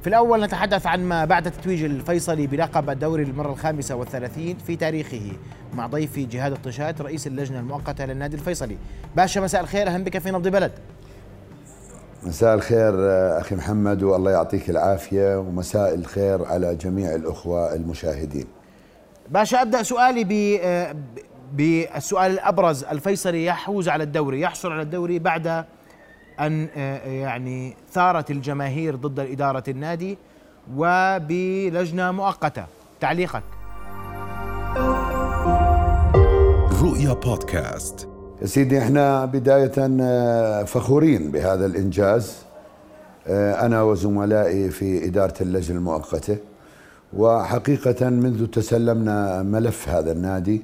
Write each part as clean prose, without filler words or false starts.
في الأول نتحدث عن ما بعد تتويج الفيصلي بلقب الدوري للمرة 35 في تاريخه مع ضيفي جهاد الطشات رئيس اللجنة المؤقتة للنادي الفيصلي. باشا مساء الخير، أهلا بك في نبض بلد. مساء الخير أخي محمد، والله يعطيك العافية، ومساء الخير على جميع الأخوة المشاهدين. باشا أبدأ سؤالي بالسؤال الأبرز. الفيصلي يحوز على الدوري، يحصل على الدوري بعد أن يعني ثارت الجماهير ضد إدارة النادي وبلجنة مؤقتة. تعليقك؟ رؤيا بودكاست. سيدي، احنا بداية فخورين بهذا الإنجاز، أنا وزملائي في إدارة اللجنة المؤقتة، وحقيقة منذ تسلمنا ملف هذا النادي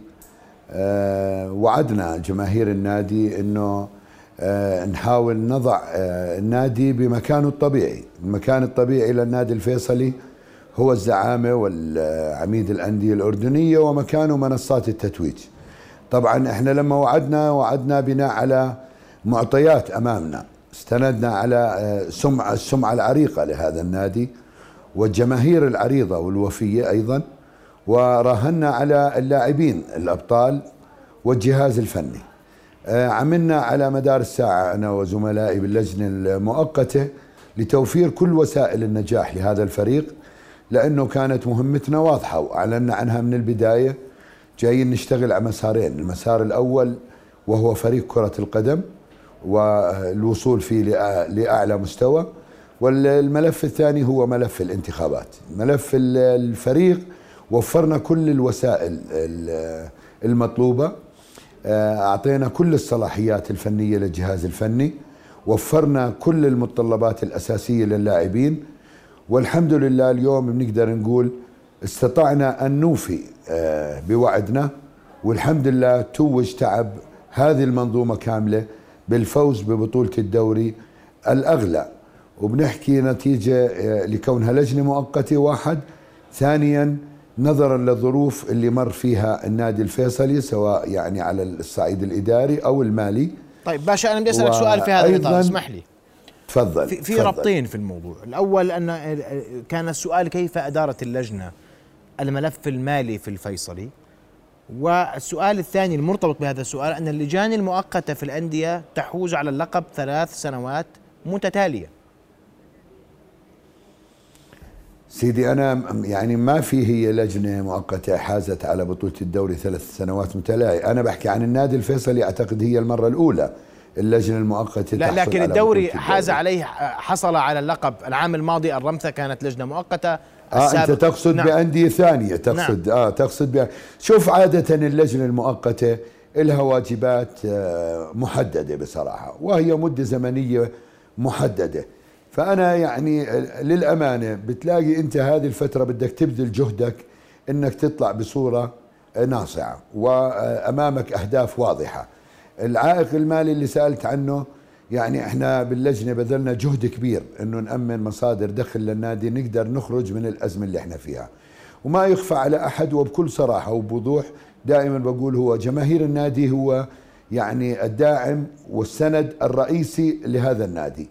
وعدنا جماهير النادي أنه نحاول نضع النادي بمكانه الطبيعي. المكان الطبيعي للنادي الفيصلي هو الزعامة والعميد الأندية الأردنية، ومكانه منصات التتويج. طبعا احنا لما وعدنا بناء على معطيات أمامنا، استندنا على السمعة العريقة لهذا النادي والجماهير العريضة والوفية أيضا، وراهنا على اللاعبين الأبطال والجهاز الفني. عملنا على مدار الساعة أنا وزملائي باللجنة المؤقتة لتوفير كل وسائل النجاح لهذا الفريق، لأنه كانت مهمتنا واضحة وأعلنا عنها من البداية. جايين نشتغل على مسارين: المسار الأول وهو فريق كرة القدم والوصول فيه لأعلى مستوى، والملف الثاني هو ملف الانتخابات. ملف الفريق وفرنا كل الوسائل المطلوبة، أعطينا كل الصلاحيات الفنية للجهاز الفني، وفرنا كل المتطلبات الأساسية للاعبين، والحمد لله اليوم بنقدر نقول استطعنا أن نوفي بوعدنا، والحمد لله توج تعب هذه المنظومة كاملة بالفوز ببطولة الدوري الأغلى. وبنحكي نتيجة لكونها لجنة مؤقتة واحد، ثانيا نظرا للظروف اللي مر فيها النادي الفيصلي سواء يعني على الصعيد الإداري أو المالي. طيب باشا، أنا بدي أسألك سؤال في هذا الإطار، اسمح لي. تفضل. في ربطين في الموضوع. الأول أن كان السؤال كيف أدارت اللجنة الملف المالي في الفيصلي، والسؤال الثاني المرتبط بهذا السؤال أن اللجان المؤقتة في الأندية تحوز على اللقب 3 سنوات متتالية. سيدي، أنا يعني ما في هي لجنة مؤقتة حازت على بطولة الدوري 3 سنوات متتالية. أنا بحكي عن النادي الفيصلي، أعتقد هي المرة الأولى اللجنة المؤقتة لا، لكن الدوري حاز عليه، حصل على اللقب العام الماضي. الرمثة كانت لجنة مؤقتة. أنت تقصد نعم. بأندية ثانية تقصد. نعم. تقصد شوف، عادة اللجنة المؤقتة لها واجبات محددة بصراحة، وهي مدة زمنية محددة. فأنا يعني للأمانة بتلاقي أنت هذه الفترة بدك تبذل جهدك أنك تطلع بصورة ناصعة وأمامك أهداف واضحة. العائق المالي اللي سألت عنه، يعني احنا باللجنة بذلنا جهد كبير انه نأمن مصادر دخل للنادي نقدر نخرج من الأزمة اللي احنا فيها. وما يخفى على أحد، وبكل صراحة وبوضوح دائما بقول، هو جماهير النادي هو يعني الداعم والسند الرئيسي لهذا النادي،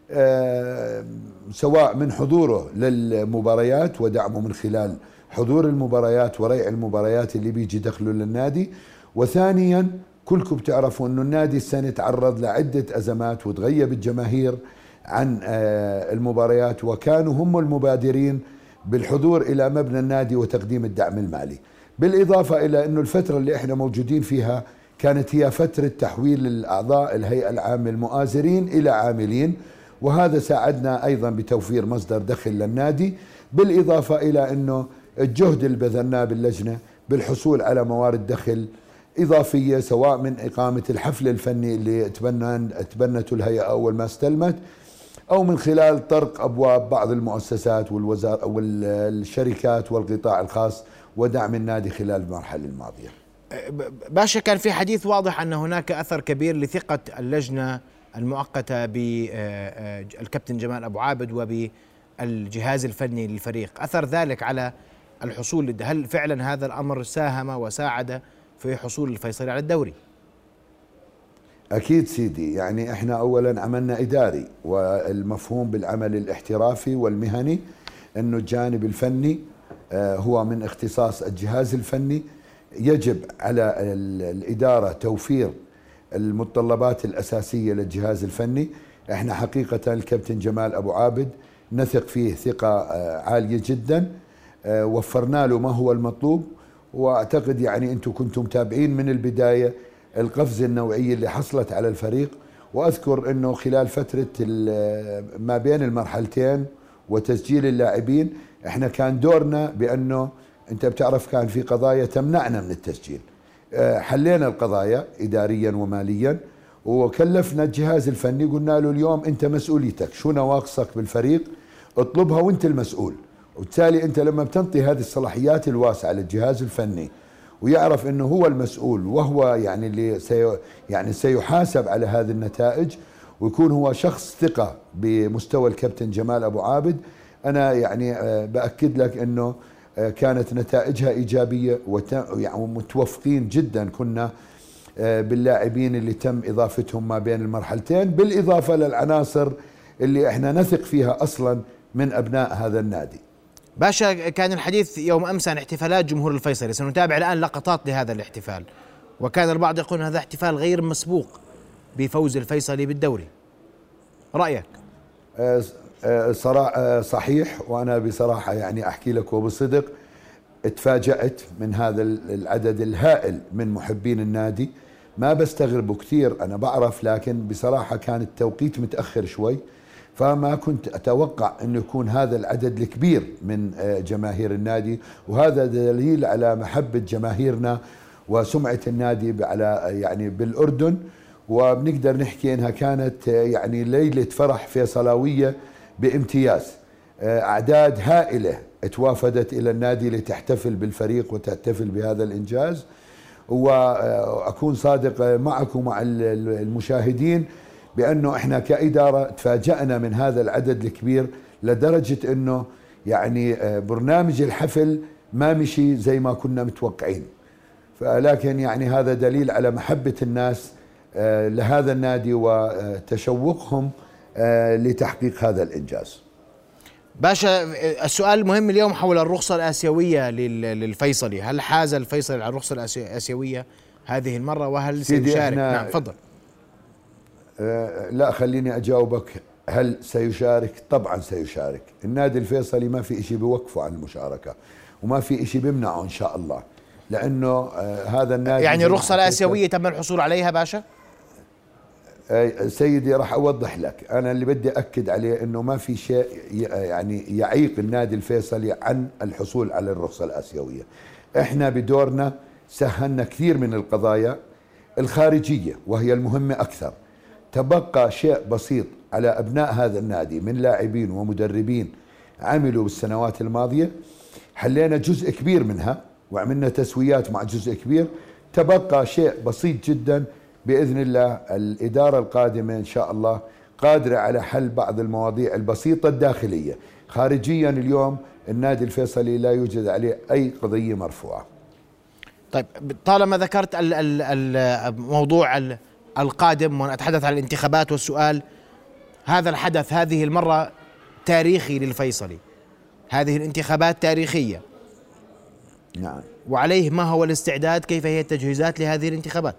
سواء من حضوره للمباريات ودعمه من خلال حضور المباريات وريع المباريات اللي بيجي دخله للنادي، وثانيا كلكم بتعرفوا أنه النادي السنة تعرض لعدة أزمات وتغيب الجماهير عن المباريات، وكانوا هم المبادرين بالحضور إلى مبنى النادي وتقديم الدعم المالي. بالإضافة إلى أنه الفترة اللي احنا موجودين فيها كانت هي فترة تحويل الأعضاء الهيئة العامة المؤازرين إلى عاملين، وهذا ساعدنا أيضا بتوفير مصدر دخل للنادي. بالإضافة إلى أنه الجهد اللي بذلناه باللجنة بالحصول على موارد دخل إضافية، سواء من إقامة الحفل الفني اللي تبنته الهيئة أول ما استلمت، أو من خلال طرق أبواب بعض المؤسسات والوزارة والشركات والقطاع الخاص ودعم النادي خلال المرحلة الماضية. باشا، كان في حديث واضح أن هناك أثر كبير لثقة اللجنة المؤقتة بالكابتن جمال أبو عابد وبالجهاز الفني للفريق، أثر ذلك على الحصول. هل فعلا هذا الأمر ساهم وساعد في حصول الفيصلي على الدوري؟ أكيد سيدي، يعني إحنا أولا عملنا إداري، والمفهوم بالعمل الاحترافي والمهني أنه الجانب الفني هو من اختصاص الجهاز الفني. يجب على الإدارة توفير المتطلبات الأساسية للجهاز الفني. احنا حقيقة الكابتن جمال أبو عابد نثق فيه ثقة عالية جدا، وفرنا له ما هو المطلوب. واعتقد يعني انتم كنتم متابعين من البداية القفزة النوعية اللي حصلت على الفريق. واذكر انه خلال فترة ما بين المرحلتين وتسجيل اللاعبين احنا كان دورنا بانه انت بتعرف كان في قضايا تمنعنا من التسجيل. حلينا القضايا اداريا وماليا، وكلفنا الجهاز الفني قلنا له اليوم انت مسؤوليتك، شو نواقصك بالفريق اطلبها وانت المسؤول. وبالتالي انت لما بتنطي هذه الصلاحيات الواسعه للجهاز الفني ويعرف انه هو المسؤول وهو يعني اللي سيحاسب على هذه النتائج، ويكون هو شخص ثقه بمستوى الكابتن جمال ابو عابد، انا يعني باكد لك انه كانت نتائجها ايجابيه ومتوفقين جدا كنا باللاعبين اللي تم اضافتهم ما بين المرحلتين، بالاضافه للعناصر اللي احنا نثق فيها اصلا من ابناء هذا النادي. باشا، كان الحديث يوم امس عن احتفالات جمهور الفيصلي، سنتابع الان لقطات لهذا الاحتفال، وكان البعض يقول هذا احتفال غير مسبوق بفوز الفيصلي بالدوري، رايك؟ صحيح، وانا بصراحه يعني احكي لك وبصدق اتفاجأت من هذا العدد الهائل من محبين النادي. ما بستغربوا كثير، انا بعرف، لكن بصراحه كان التوقيت متاخر شوي، فما كنت اتوقع انه يكون هذا العدد الكبير من جماهير النادي. وهذا دليل على محبه جماهيرنا وسمعه النادي على يعني بالاردن. وبنقدر نحكي انها كانت يعني ليله فرح فيصلاويه بامتياز. اعداد هائله توافدت الى النادي لتحتفل بالفريق وتحتفل بهذا الانجاز. واكون صادق معكم ومع المشاهدين بانه احنا كاداره تفاجأنا من هذا العدد الكبير، لدرجه انه يعني برنامج الحفل ما مشي زي ما كنا متوقعين. فلكن يعني هذا دليل على محبه الناس لهذا النادي وتشوقهم لتحقيق هذا الانجاز. باشا، السؤال المهم اليوم حول الرخصة الآسيوية للفيصلي، هل حاز الفيصلي على الرخصة الآسيوية هذه المرة وهل سيشارك؟ نعم تفضل. لا خليني أجاوبك، هل سيشارك؟ طبعا سيشارك. النادي الفيصلي ما في إشي بيوقفه عن المشاركة وما في إشي بيمنعه إن شاء الله، لأنه هذا النادي يعني الرخصة الآسيوية تم الحصول عليها باشا؟ سيدي راح أوضح لك، أنا اللي بدي أكد عليه أنه ما في شيء يعني يعيق النادي الفيصلي عن الحصول على الرخصة الآسيوية. إحنا بدورنا سهلنا كثير من القضايا الخارجية وهي المهمة أكثر. تبقى شيء بسيط على أبناء هذا النادي من لاعبين ومدربين عملوا بالسنوات الماضية، حلينا جزء كبير منها وعملنا تسويات مع جزء كبير. تبقى شيء بسيط جدا بإذن الله. الإدارة القادمة إن شاء الله قادرة على حل بعض المواضيع البسيطة الداخلية. خارجيا اليوم النادي الفيصلي لا يوجد عليه أي قضية مرفوعة. طيب، طالما ذكرت الموضوع القادم ونتحدث عن الانتخابات، والسؤال هذا الحدث هذه المرة تاريخي للفيصلي، هذه الانتخابات تاريخية. نعم. وعليه ما هو الاستعداد؟ كيف هي التجهيزات لهذه الانتخابات؟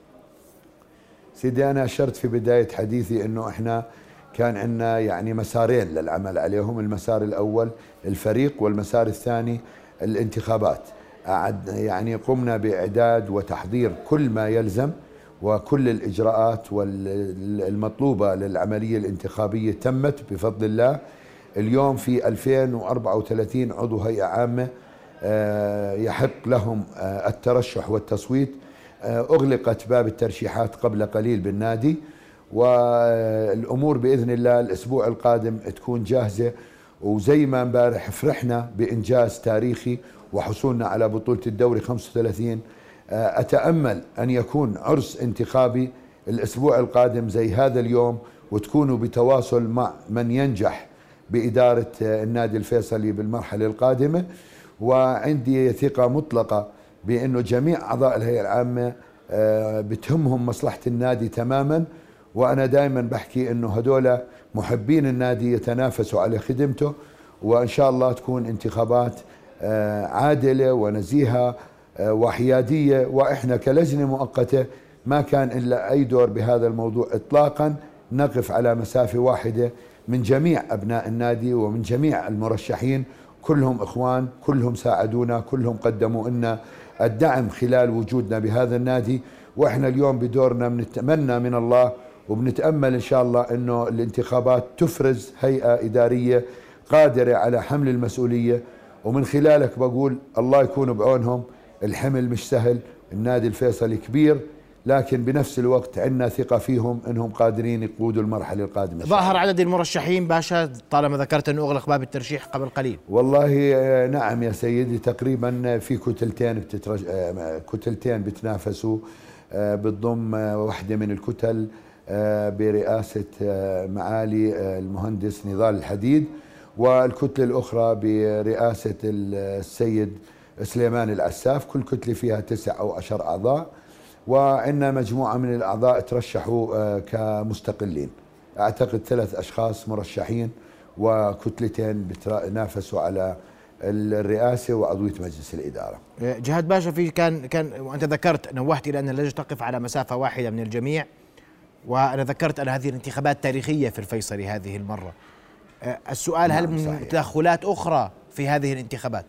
سيدي أنا أشرت في بداية حديثي أنه إحنا كان عندنا يعني مسارين للعمل عليهم، المسار الأول الفريق والمسار الثاني الانتخابات. يعني قمنا بإعداد وتحضير كل ما يلزم وكل الإجراءات والمطلوبة للعملية الانتخابية تمت بفضل الله. اليوم في 2034 عضو هيئة عامة يحق لهم الترشح والتصويت. أغلقت باب الترشيحات قبل قليل بالنادي، والأمور بإذن الله الأسبوع القادم تكون جاهزة. وزي ما امبارح فرحنا بإنجاز تاريخي وحصولنا على بطولة الدوري 35، أتأمل أن يكون عرس انتخابي الأسبوع القادم زي هذا اليوم، وتكونوا بتواصل مع من ينجح بإدارة النادي الفيصلي بالمرحلة القادمة. وعندي ثقة مطلقة بأنه جميع أعضاء الهيئة العامة بتهمهم مصلحة النادي تماما. وأنا دائما بحكي أنه هدول محبين النادي يتنافسوا على خدمته، وإن شاء الله تكون انتخابات عادلة ونزيهة وحيادية. وإحنا كلجنة مؤقتة ما كان إلا أي دور بهذا الموضوع إطلاقا، نقف على مسافة واحدة من جميع أبناء النادي ومن جميع المرشحين، كلهم إخوان، كلهم ساعدونا، كلهم قدموا لنا الدعم خلال وجودنا بهذا النادي. وإحنا اليوم بدورنا بنتمنى من الله وبنتأمل إن شاء الله أنه الانتخابات تفرز هيئة إدارية قادرة على حمل المسؤولية، ومن خلالك بقول الله يكون بعونهم. الحمل مش سهل، النادي الفيصلي كبير، لكن بنفس الوقت عندنا ثقة فيهم أنهم قادرين يقودوا المرحلة القادمة. ظاهر عدد المرشحين باشا طالما ذكرت أنه أغلق باب الترشيح قبل قليل. والله نعم يا سيدي، تقريبا في كتلتين بتنافسوا، بتضم واحدة من الكتل برئاسة معالي المهندس نضال الحديد، والكتلة الأخرى برئاسة السيد سليمان العساف. كل كتلة فيها 9 أو 10 أعضاء، وعندنا مجموعة من الأعضاء ترشحوا كمستقلين. أعتقد 3 أشخاص مرشحين وكتلتين بتنافسوا على الرئاسة وعضوية مجلس الإدارة. جهاد باشا، في كان وأنت ذكرت نوهت إلى أن اللجنة تقف على مسافة واحدة من الجميع، وأنا ذكرت أن هذه الانتخابات تاريخية في الفيصلي هذه المرة. السؤال هل من تدخلات أخرى في هذه الانتخابات؟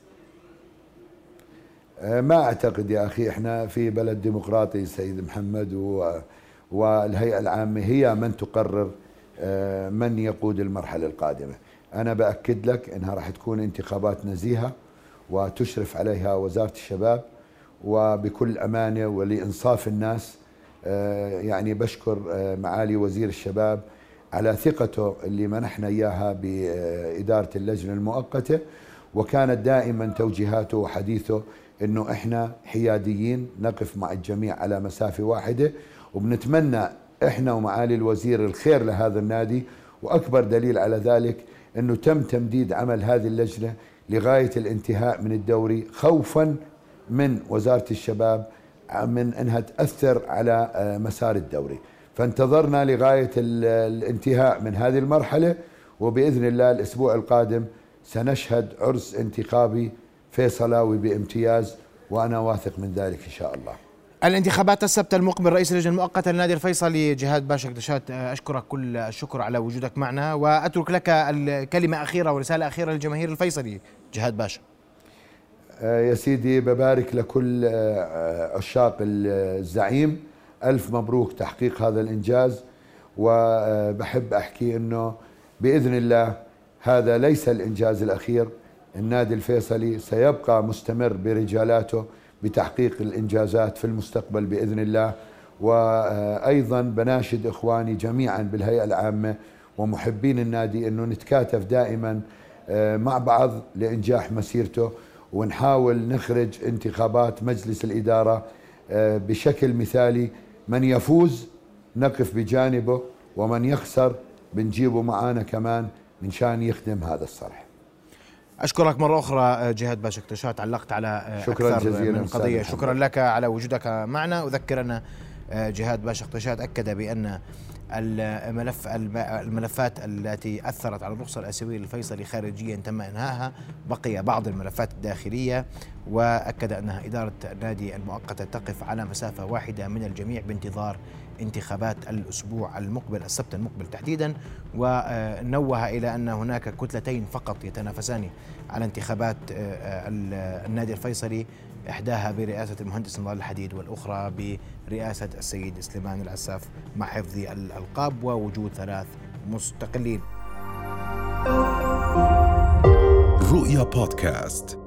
ما أعتقد يا أخي، إحنا في بلد ديمقراطي سيد محمد، والهيئة العامة هي من تقرر من يقود المرحلة القادمة. أنا بأكد لك أنها راح تكون انتخابات نزيهة وتشرف عليها وزارة الشباب وبكل أمانة ولإنصاف الناس. يعني بشكر معالي وزير الشباب على ثقته اللي منحنا إياها بإدارة اللجنة المؤقتة، وكانت دائما توجيهاته وحديثه أنه إحنا حياديين نقف مع الجميع على مسافة واحدة، وبنتمنى إحنا ومعالي الوزير الخير لهذا النادي. وأكبر دليل على ذلك أنه تم تمديد عمل هذه اللجنة لغاية الانتهاء من الدوري، خوفا من وزارة الشباب من أنها تأثر على مسار الدوري. فانتظرنا لغاية الانتهاء من هذه المرحلة، وبإذن الله الأسبوع القادم سنشهد عرس انتخابي فيصلاوي بامتياز، وأنا واثق من ذلك إن شاء الله. الانتخابات السبت المقبل رئيس اللجنة المؤقتة للنادي الفيصلي جهاد باشا قدشات، أشكرك كل الشكر على وجودك معنا، وأترك لك الكلمة أخيرة ورسالة أخيرة للجماهير الفيصلي جهاد باشا. يا سيدي ببارك لكل عشاق الزعيم، ألف مبروك تحقيق هذا الإنجاز. وبحب أحكي أنه بإذن الله هذا ليس الإنجاز الأخير، النادي الفيصلي سيبقى مستمر برجالاته بتحقيق الإنجازات في المستقبل بإذن الله. وأيضا بناشد إخواني جميعا بالهيئة العامة ومحبين النادي أنه نتكاتف دائما مع بعض لإنجاح مسيرته، ونحاول نخرج انتخابات مجلس الإدارة بشكل مثالي. من يفوز نقف بجانبه، ومن يخسر بنجيبه معانا كمان من شان يخدم هذا الصرح. أشكرك مرة أخرى جهاد باشا قدشات، علقت على شكرا أكثر جزيلا من قضية. شكرا لك على وجودك معنا. أذكر أن جهاد باشا قدشات أكد بأن الملفات التي أثرت على الرخصة الآسيوية للفيصلي خارجيا تم إنهائها، بقي بعض الملفات الداخلية، وأكد أن إدارة النادي المؤقتة تقف على مسافة واحدة من الجميع بانتظار انتخابات الأسبوع المقبل السبت المقبل تحديدا. ونوه إلى أن هناك كتلتين فقط يتنافسان على انتخابات النادي الفيصلي، إحداها برئاسة المهندس نضال الحديد والأخرى برئاسة السيد سليمان العساف، مع حفظ الألقاب ووجود 3 مستقلين. رؤيا بودكاست.